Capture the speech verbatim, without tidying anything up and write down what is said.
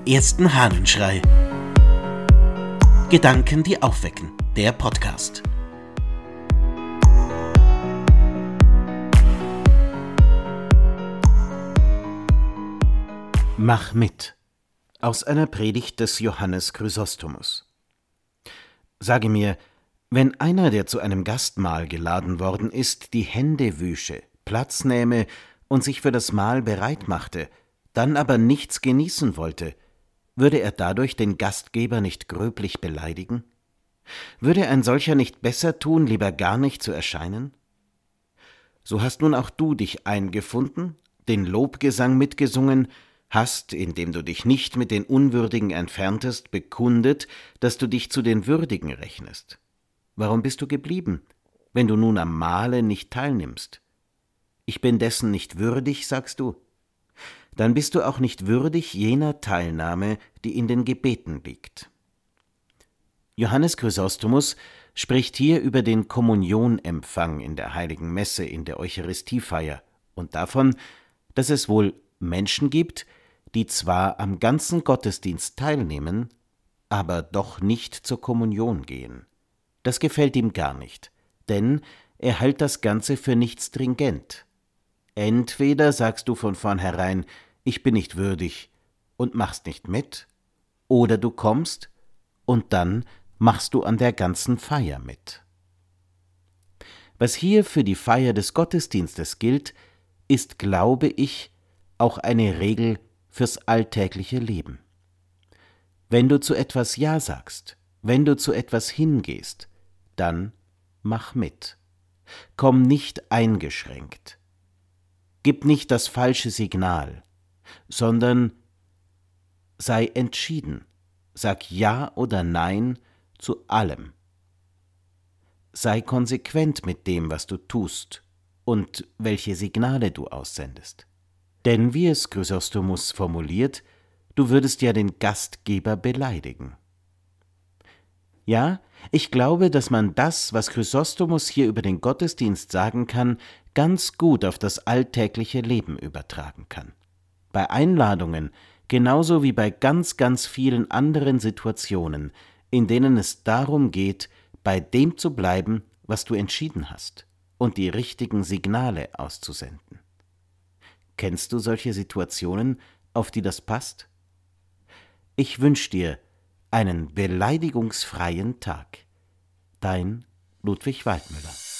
ersten Hahnenschrei. Gedanken, die aufwecken. Der Podcast. Mach mit. Aus einer Predigt des Johannes Chrysostomus. Sage mir, wenn einer, der zu einem Gastmahl geladen worden ist, die Hände wüsche, Platz nähme und sich für das Mahl bereit machte, dann aber nichts genießen wollte, würde er dadurch den Gastgeber nicht gröblich beleidigen? Würde ein solcher nicht besser tun, lieber gar nicht zu erscheinen? So hast nun auch du dich eingefunden, den Lobgesang mitgesungen, hast, indem du dich nicht mit den Unwürdigen entferntest, bekundet, dass du dich zu den Würdigen rechnest. Warum bist du geblieben, wenn du nun am Mahle nicht teilnimmst? Ich bin dessen nicht würdig, sagst du? Dann bist du auch nicht würdig jener Teilnahme, die in den Gebeten liegt. Johannes Chrysostomus spricht hier über den Kommunionempfang in der Heiligen Messe, in der Eucharistiefeier und davon, dass es wohl Menschen gibt, die zwar am ganzen Gottesdienst teilnehmen, aber doch nicht zur Kommunion gehen. Das gefällt ihm gar nicht, denn er hält das Ganze für nicht stringent. Entweder sagst du von vornherein, ich bin nicht würdig und machst nicht mit, oder du kommst und dann machst du an der ganzen Feier mit. Was hier für die Feier des Gottesdienstes gilt, ist, glaube ich, auch eine Regel fürs alltägliche Leben. Wenn du zu etwas Ja sagst, wenn du zu etwas hingehst, dann mach mit. Komm nicht eingeschränkt. Gib nicht das falsche Signal, sondern sei entschieden. Sag Ja oder Nein zu allem. Sei konsequent mit dem, was du tust und welche Signale du aussendest. Denn wie es Chrysostomus formuliert, du würdest ja den Gastgeber beleidigen. Ja, ich glaube, dass man das, was Chrysostomus hier über den Gottesdienst sagen kann, ganz gut auf das alltägliche Leben übertragen kann. Bei Einladungen, genauso wie bei ganz, ganz vielen anderen Situationen, in denen es darum geht, bei dem zu bleiben, was du entschieden hast, und die richtigen Signale auszusenden. Kennst du solche Situationen, auf die das passt? Ich wünsche dir einen beleidigungsfreien Tag. Dein Ludwig Waldmüller.